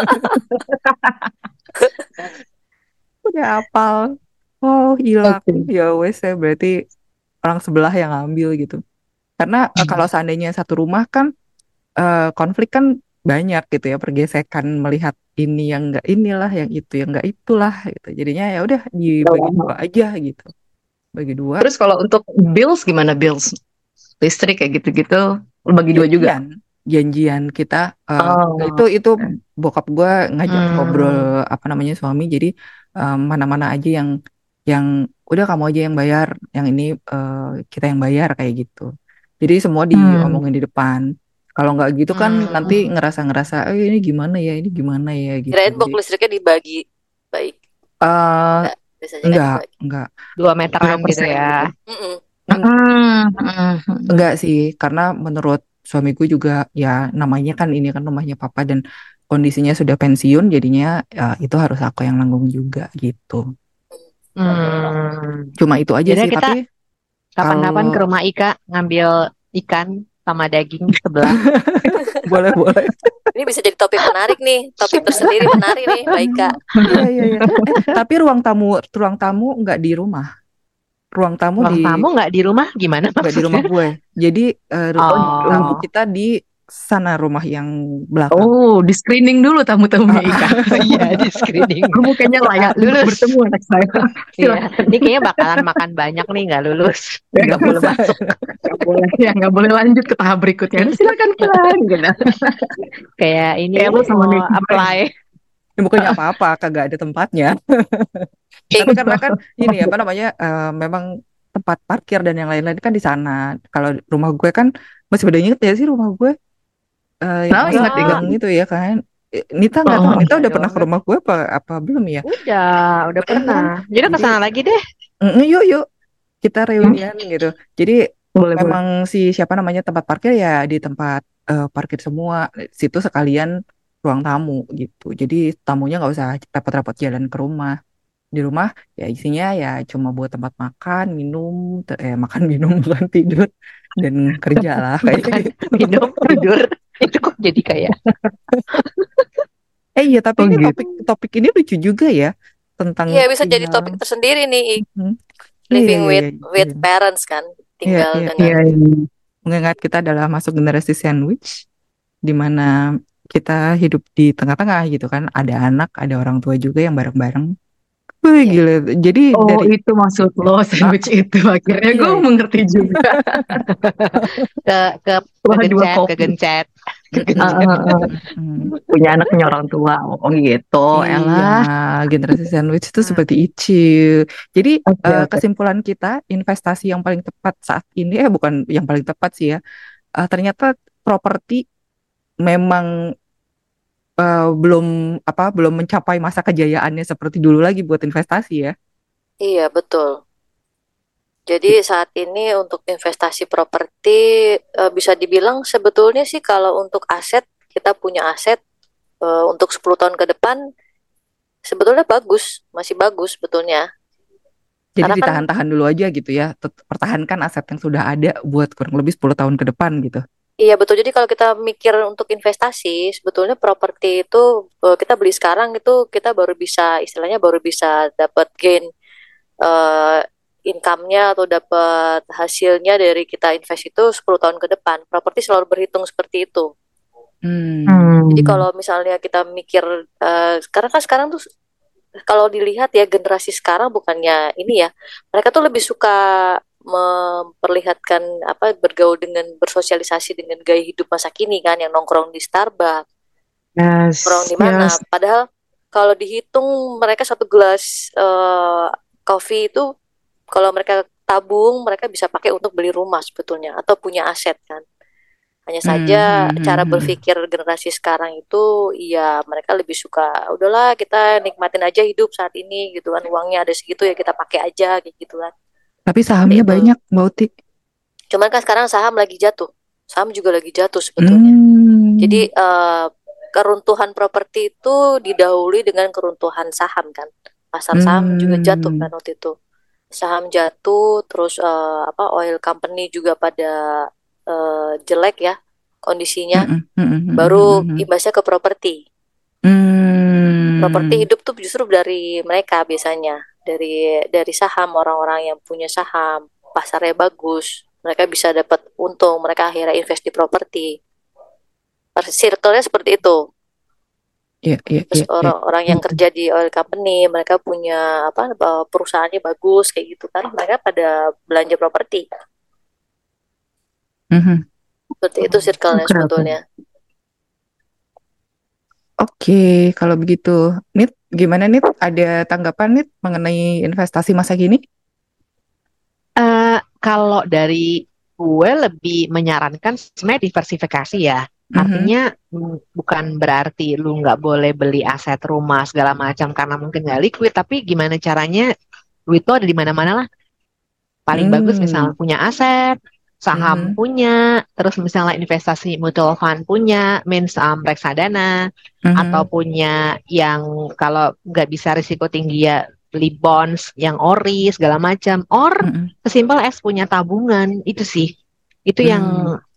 Udah apal. Oh, hilang. Oke. Ya wes, ya berarti orang sebelah yang ngambil gitu. Karena kalau seandainya satu rumah kan, konflik kan banyak gitu ya, pergesekan melihat ini yang enggak inilah, yang itu yang enggak itulah gitu. Jadinya ya udah dibagi dua aja gitu. Bagi dua, Terus kalau untuk bills gimana, bills? Listrik kayak gitu-gitu, lu bagi dua juga? janjian. Janjian kita, Oh, itu oke. bokap gue ngajak ngobrol, Hmm. apa namanya, suami. Jadi mana-mana aja yang udah kamu aja yang bayar, yang ini kita yang bayar kayak gitu. Jadi semua Hmm. diomongin di depan. Kalau nggak gitu kan nanti Hmm. ngerasa-ngerasa, ini gimana ya gitu. Kirain Jadi box listriknya dibagi. Baik. eh Enggak, biasanya kan enggak, dibagi. enggak. 2 meteran Berapa gitu persen ya. gitu? Mm-mm. Enggak sih, karena menurut suamiku juga ya, namanya kan ini kan rumahnya papa dan kondisinya sudah pensiun, jadinya ya, itu harus aku yang nanggung juga gitu. Hmm. Cuma itu aja Jadi sih, kita tapi kapan-kapan ke kalau rumah Ika ngambil ikan. sama daging di sebelah. Boleh, boleh. Ini bisa jadi topik menarik nih, topik tersendiri menarik nih, Mbak Ika. Iya, iya, iya. Tapi ruang tamu nggak di rumah. Ruang tamu Ruang tamu nggak di rumah gimana nggak di rumah maksudnya? gue. Jadi ruang tamu Oh, kita di sana rumah yang belakang. Oh, di screening dulu tamu-tamunya Ika. iya di screening. Kamu kayaknya layak untuk Lulus. bertemu anak saya. Iya, ini kayaknya bakalan makan banyak nih nggak lulus, nggak boleh masuk. Nggak boleh, ya nggak boleh lanjut ke tahap berikutnya. Silakan pulang, gitu. Kayak ini Kayak lo sama mau netizen. apply. Ya, bukannya apa-apa, kagak ada tempatnya. Tapi karena kan ini apa namanya, memang tempat parkir dan yang lain-lain kan di sana. Kalau rumah gue kan masih pada inget ya sih rumah gue yang Oh, masih ingat, gang itu ya kan. Nita nggak tahu, Oh, Nita iya udah pernah dong. ke rumah gue apa belum ya? Udah Kan? pernah. Jadi Jadi kesana lagi deh. yuk yuk kita reunian gitu. Jadi boleh, boleh. memang si siapa namanya tempat parkir ya di tempat parkir semua situ sekalian ruang tamu gitu. Jadi tamunya nggak usah repot-repot jalan ke rumah. Di rumah ya isinya ya cuma buat tempat makan, minum, makan, minum, bukan tidur dan kerja lah kayak Makan, gitu. minum, tidur. Itu kok jadi kayak Iya, tapi Oh, ini gitu. topik ini lucu juga ya tentang Iya, bisa jadi tinggal. topik tersendiri nih, Mhm. Iya, living iya, with iya, iya. parents kan, Iya, tinggal iya, dengan Iya, iya. mengingat kita adalah masuk generasi sandwich, di mana kita hidup di tengah-tengah gitu kan. Ada anak, ada orang tua juga yang bareng-bareng. Wih, Iya. gila. Jadi Oh, dari itu maksud lo sandwich itu. Akhirnya iya, gue iya. mengerti juga. ke Wah, dua kegencet, kopi. kegencet. Punya anak punya orang tua. Oh, gitu. Iya, Elah. generasi sandwich itu Nah, seperti itu. Jadi Oke, oke. kesimpulan kita, investasi yang paling tepat saat ini, bukan yang paling tepat sih ya. Ternyata properti memang belum mencapai masa kejayaannya seperti dulu lagi buat investasi ya. Iya, betul. Jadi saat ini untuk investasi properti bisa dibilang sebetulnya sih kalau untuk aset, kita punya aset untuk 10 tahun ke depan sebetulnya bagus, masih bagus sebetulnya. Jadi Karena kan ditahan-tahan dulu aja gitu ya. Pertahankan aset yang sudah ada buat kurang lebih 10 tahun ke depan gitu. iya betul. Jadi kalau kita mikir untuk investasi, sebetulnya properti itu kita beli sekarang itu kita baru bisa istilahnya baru bisa dapat gain eh, income-nya atau dapat hasilnya dari kita invest itu 10 tahun ke depan. Properti selalu berhitung seperti itu. Jadi kalau misalnya kita mikir sekarang tuh kalau dilihat ya generasi sekarang bukannya ini ya, mereka tuh lebih suka memperlihatkan apa bergaul dengan bersosialisasi dengan gaya hidup masa kini kan yang nongkrong di Starbucks, nongkrong Yes, di mana. yes. Padahal kalau dihitung mereka satu gelas kopi itu kalau mereka tabung mereka bisa pakai untuk beli rumah sebetulnya atau punya aset kan. Hanya saja cara berpikir generasi sekarang itu ya mereka lebih suka udahlah kita nikmatin aja hidup saat ini gitu kan uangnya ada segitu ya kita pakai aja kayak gitu kan. Tapi sahamnya Seperti itu. banyak, Mbak Uti. Cuman kan sekarang saham lagi jatuh. Saham juga lagi jatuh sebetulnya. Jadi keruntuhan properti itu didahului dengan keruntuhan saham kan. Pasar saham juga jatuh kan waktu itu. Saham jatuh terus oil company juga pada jelek ya kondisinya. Baru imbasnya ke properti. Properti hidup tuh justru dari mereka biasanya. Dari saham, orang-orang yang punya saham, pasarnya bagus, mereka bisa dapat untung, mereka akhirnya invest di properti. Circle-nya seperti itu. Terus orang-orang yang kerja di oil company, mereka punya perusahaannya bagus kayak gitu kan, mereka pada belanja properti. Seperti itu circle-nya sebetulnya. Oke, kalau begitu, Nit, gimana Nit? Ada tanggapan Nit mengenai investasi masa kini? Kalau dari gue lebih menyarankan sebenarnya diversifikasi ya. Artinya bukan berarti lu nggak boleh beli aset rumah segala macam karena mungkin nggak liquid, tapi gimana caranya duit lo ada di mana-mana lah. Paling bagus misalnya punya aset, saham punya, terus misalnya investasi mutual fund punya, means reksadana, atau punya yang kalau nggak bisa risiko tinggi ya beli bonds yang ori segala macam, or sesimpel as punya tabungan itu sih, itu yang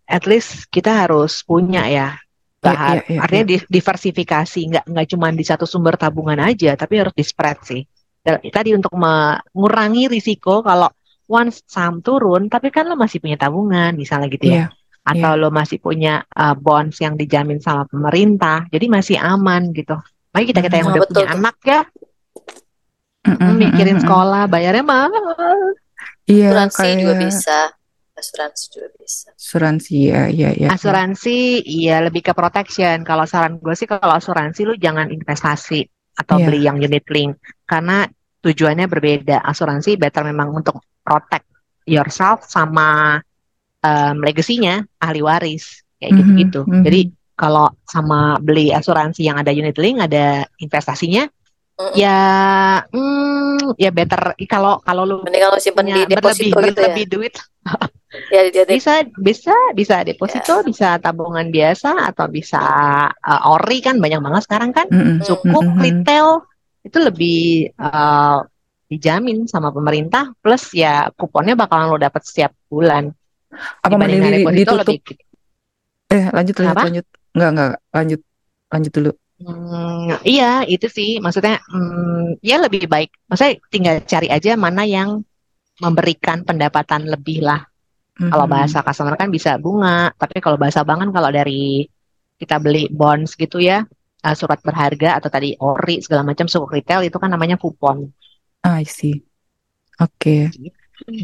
at least kita harus punya ya. Iya, iya, iya, Artinya iya. diversifikasi, nggak cuma di satu sumber tabungan aja, tapi harus di spread sih. Dan tadi untuk mengurangi risiko kalau once saham turun, tapi kan lo masih punya tabungan, misalnya gitu ya. Iya, iya. Atau lo masih punya bonds yang dijamin sama pemerintah, jadi masih aman gitu. Makanya kita-kita yang Mhm. udah betul punya tuh. anak ya, Mhm, mhm, mikirin mhm. sekolah, bayarnya mahal. Iya, Asuransi juga kayak bisa. Asuransi juga bisa. asuransi ya, iya, iya, iya. Asuransi, iya lebih ke protection. Kalau saran gue sih kalau asuransi lu jangan investasi atau beli Iya. yang unit link karena tujuannya berbeda. Asuransi better memang untuk protect yourself sama legasinya ahli waris kayak Mhm, gitu-gitu. Jadi mhm. kalau sama beli asuransi yang ada unit link, ada investasinya, Mm-mm. ya ya better kalau kalau lu Mendingan lo simpen punya di berlebih deposito gitu ya. berlebih duit. Ya, jadi Bisa, bisa deposito, ya. bisa tabungan biasa, atau bisa ori kan banyak banget sekarang kan. Mhm, Mm. Sukuk, mhm. retail itu lebih dijamin sama pemerintah, plus ya kuponnya bakalan lo dapat setiap bulan Apa mending dibandingkan deposito ditutup? lebih. Lanjut, lanjut, Kenapa? lanjut. Enggak, lanjut. Lanjut dulu. Iya itu sih maksudnya ya lebih baik. Maksudnya tinggal cari aja mana yang memberikan pendapatan lebih lah. Kalau bahasa Mhm. customer kan bisa bunga, tapi kalau bahasa bank kan kalau dari kita beli bonds gitu ya, surat berharga atau tadi ori segala macam sukuk retail itu kan namanya kupon. I see. Oke. Gitu.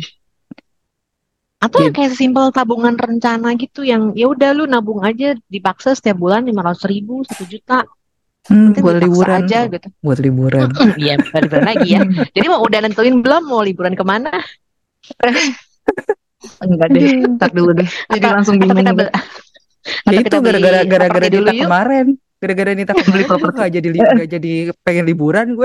Atau yang Jadi, kayak simpel tabungan rencana gitu yang ya udah lu nabung aja dipaksa setiap bulan 500.000, 1 juta, penting buat dipaksa liburan. aja gitu. Buat liburan. Iya, liburan lagi ya. Jadi mau udah nentuin belum mau liburan kemana? Enggak deh, Aduh. tar dulu deh. Jadi Atau langsung atau bingung kita gue. Ya atau itu kita beli gara-gara properti dulu Nita yuk. kemarin. Gara-gara Nita Beli kemarin gue properti. nggak jadi pengen liburan gue.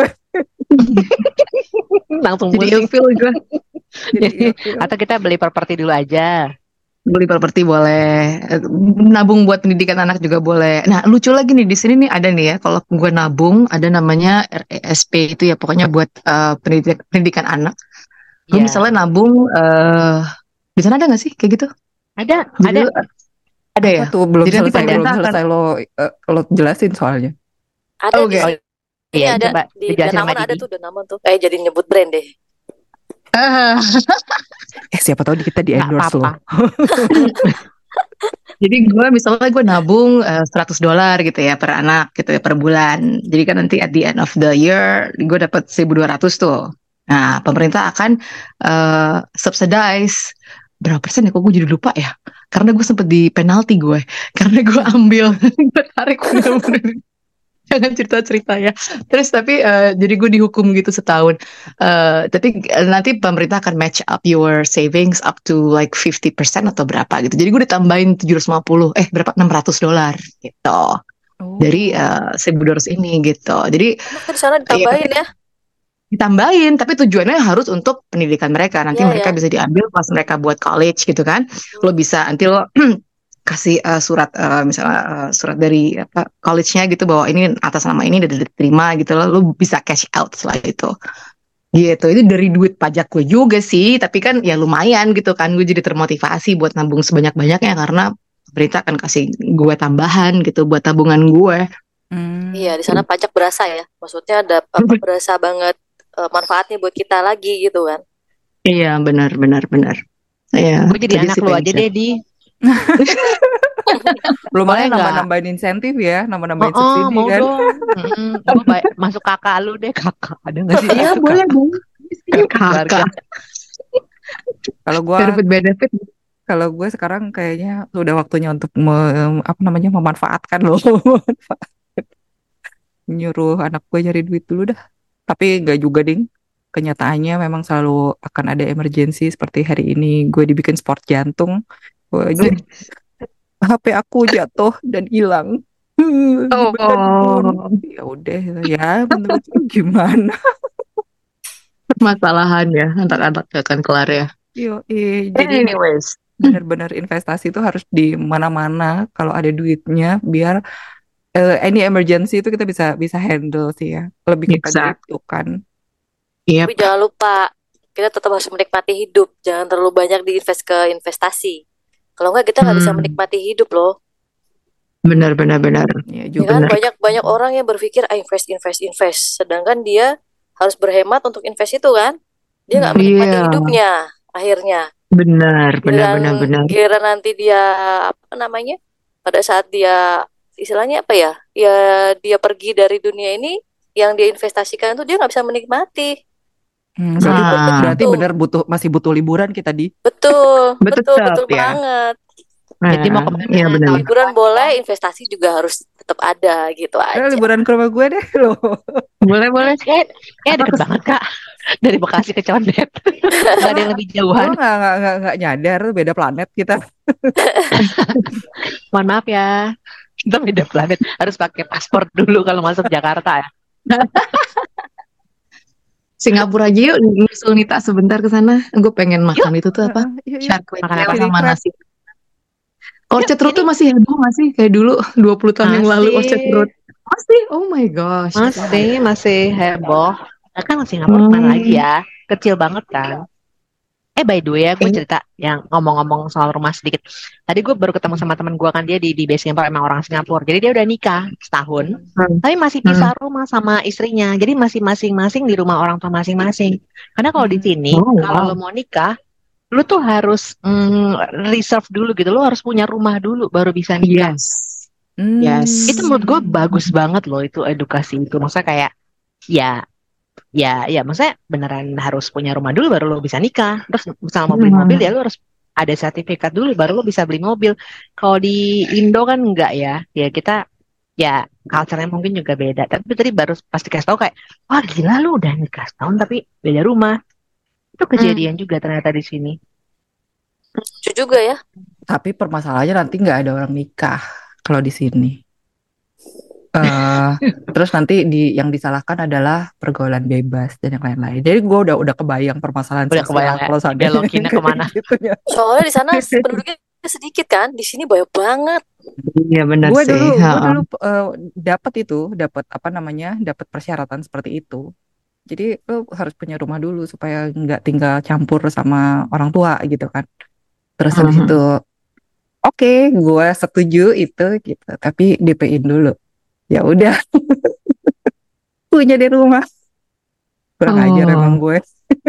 Langsung Jadi pusing. ilfil gue. Jadi ilfil. Atau kita beli properti dulu aja. Beli properti boleh, nabung buat pendidikan anak juga boleh. Nah, lucu lagi nih di sini nih ada nih ya, kalau gue nabung ada namanya RESP itu ya, pokoknya buat pendidikan anak. Gue Ya, misalnya nabung di sana ada nggak sih kayak gitu? Jadi ada, lu ada Apa ya. tuh belum Jadi nanti selesai ada. belum pemerintah akan, selesai lo jelasin soalnya. Ada di oke. sini Ya, ada coba di dijelasin sama Danamon ada Didi. tuh Danamon tuh. Jadi nyebut brand deh. Ah, Siapa tahu kita di Nggak endorse apa-apa. lo. jadi gue misalnya gue nabung $100 gitu ya per anak gitu ya per bulan. Jadi kan nanti at the end of the year gue dapat 1.200 tuh. Nah, pemerintah akan subsidize berapa persen ya? Kok gue jadi lupa ya? Karena gue sempet di penalti gue. Karena gue ambil, gue tarik bener-bener. Jangan cerita-cerita ya. Terus tapi jadi gue dihukum gitu setahun. Tapi nanti pemerintah akan match up your savings up to like 50% atau berapa gitu. Jadi gue ditambahin 750, berapa? $600 gitu. Dari Oh. 1.200 ini gitu. Jadi Enak kan di sana ya ditambahin ya. ditambahin, tapi tujuannya harus untuk pendidikan mereka. Nanti Iya mereka ya. bisa diambil pas mereka buat college gitu kan. Lo bisa nanti lo kasih surat misalnya surat dari apa college-nya gitu bahwa ini atas nama ini udah diterima gitu lo bisa cash out setelah itu. Gitu. Itu dari duit pajak gue juga sih, tapi kan ya lumayan gitu kan, gue jadi termotivasi buat nabung sebanyak-banyaknya karena pemerintah akan kasih gue tambahan gitu buat tabungan gue. Iya, di Hmm. sana pajak berasa ya. Maksudnya ada apa berasa banget manfaatnya buat kita lagi gitu kan. Iya, benar. Ya, Gue jadi jadi anak sih lu pengen aja share. deh, Di. Boleh Lumayan nggak? nambah-nambahin insentif ya, nambah-nambahin Oh, subsidi mau kan. dong. Gue masuk kakak lu deh, kakak. Ada nggak sih Iya, masuk boleh kakak? dong. Kartu keluarga. Kakak, Kalau gua dapat benefit. kalau gue sekarang kayaknya udah waktunya untuk apa namanya memanfaatkan loh. Nyuruh anak gue cari duit dulu dah. Tapi nggak juga ding. Kenyataannya memang selalu akan ada emergency seperti hari ini gue dibikin sport jantung. Jadi HP aku jatuh dan hilang. Gimana dong? Oh, Ya udah ya menurut lu gimana? permasalahan ya, anak-anak gak akan kelar ya. Yo, jadi Anyways, benar-benar investasi itu harus di mana-mana kalau ada duitnya biar any emergency itu kita bisa bisa handle sih ya. Lebih kepada exact. itu kan. Yep. Tapi jangan lupa kita tetap harus menikmati hidup. Jangan terlalu banyak diinvest ke investasi. Kalau nggak kita nggak bisa Hmm. menikmati hidup loh. Benar. Ya Ya juga. kan Benar. banyak orang yang berpikir invest, sedangkan dia harus berhemat untuk invest itu kan. Dia nggak menikmati Iya, hidupnya akhirnya. benar. Giliran nanti dia apa namanya? Pada saat dia istilahnya apa ya? Ya dia pergi dari dunia ini, yang dia investasikan itu dia nggak bisa menikmati. Berarti Sedih Ah, berarti begitu. benar masih butuh liburan kita di. Betul, betul, tetap betul ya. banget. Jadi mau Iya kemana benar. tahun Liburan depan boleh, kan? investasi juga harus tetap ada gitu aja. Liburan ke rumah gue deh loh. Boleh. Kayak deket banget Kak. Dari Bekasi ke Condet. Nggak ada yang lebih Lo jauhan. nggak nyadar beda planet kita. Mohon maaf ya. Kita beda planet. Harus pakai paspor dulu kalau masuk Jakarta ya. Singapura aja yuk, nyusul Nita sebentar ke sana. Gue pengen makan itu tuh apa? Yuk. Shark Fin Makan apa? sama Chili crab. nasi. Orchard Road Ini tuh masih heboh nggak sih? Kayak dulu 20 tahun yang lalu Orchard Road. masih, Masih? Oh my gosh. masih heboh. Nah, kan Singapura kemana lagi ya? Kecil banget kan. By the way ya, gue Kayaknya. cerita yang ngomong-ngomong soal rumah sedikit. Tadi gue baru ketemu sama teman gue kan, dia di base Singapura, emang orang Singapura. Jadi dia udah nikah setahun, Hmm. tapi masih pisah rumah sama istrinya. Jadi masih masing-masing di rumah orang tua masing-masing. Karena kalau di sini, Oh, kalau lo mau nikah, lu tuh harus reserve dulu gitu. Lo harus punya rumah dulu baru bisa nikah. Yes. Itu menurut gue bagus banget loh itu edukasi itu. Maksudnya kayak ya, maksudnya beneran harus punya rumah dulu baru lo bisa nikah. Terus misalnya mau beli mobil ya lo harus ada sertifikat dulu baru lo bisa beli mobil. Kalau di Indo kan enggak ya. Ya kita ya culture-nya mungkin juga beda. Tapi tadi baru pasti kasih tahu kayak, wah gila lu udah nikah setahun tapi beda rumah. Itu kejadian juga ternyata di sini. Lucu juga ya. Tapi permasalahannya nanti nggak ada orang nikah kalau di sini. Terus nanti yang disalahkan adalah pergaulan bebas dan yang lain-lain. Jadi gue udah kebayang permasalahan Udah sosial kebayang ya, kalau seandainya belokinnya kayak kemana. gitu ya. Soalnya di sana penduduknya sedikit kan, di sini banyak banget. Iya benar Gue sih. dulu dapat apa namanya, dapat persyaratan seperti itu. Jadi lo harus punya rumah dulu supaya nggak tinggal campur sama orang tua gitu kan. Terus habis itu, oke, gue setuju itu gitu. Tapi DP-in dulu. Ya udah, punya di rumah. Kurang ajar emang gue.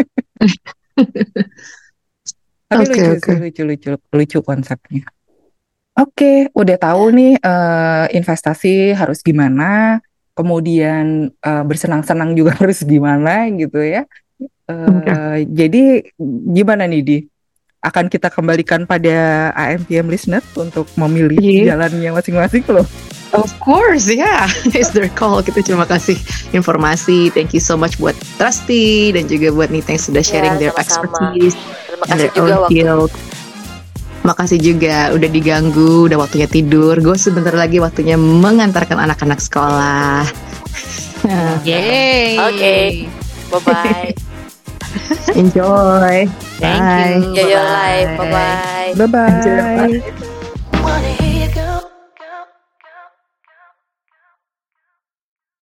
Tapi Oke, lucu oke. sih, lucu konsepnya. Oke, udah tahu nih investasi harus gimana, kemudian bersenang-senang juga harus gimana gitu ya. Jadi gimana nih Di? Akan kita kembalikan pada AMPM listener untuk memilih Iya. jalannya masing-masing loh. Of course, yeah. It's their call. Kita cuma kasih informasi. Thank you so much buat Trusty dan juga buat Nita yang sudah sharing their sama-sama. expertise Terima and kasih their juga own waktu. field. Makasih juga udah diganggu, udah waktunya tidur. Gue sebentar lagi waktunya mengantarkan anak-anak sekolah. Yeay. Oke. Bye-bye. Enjoy. Thank Bye. you. Enjoy your Bye-bye. life. Bye-bye. Bye-bye. Enjoy.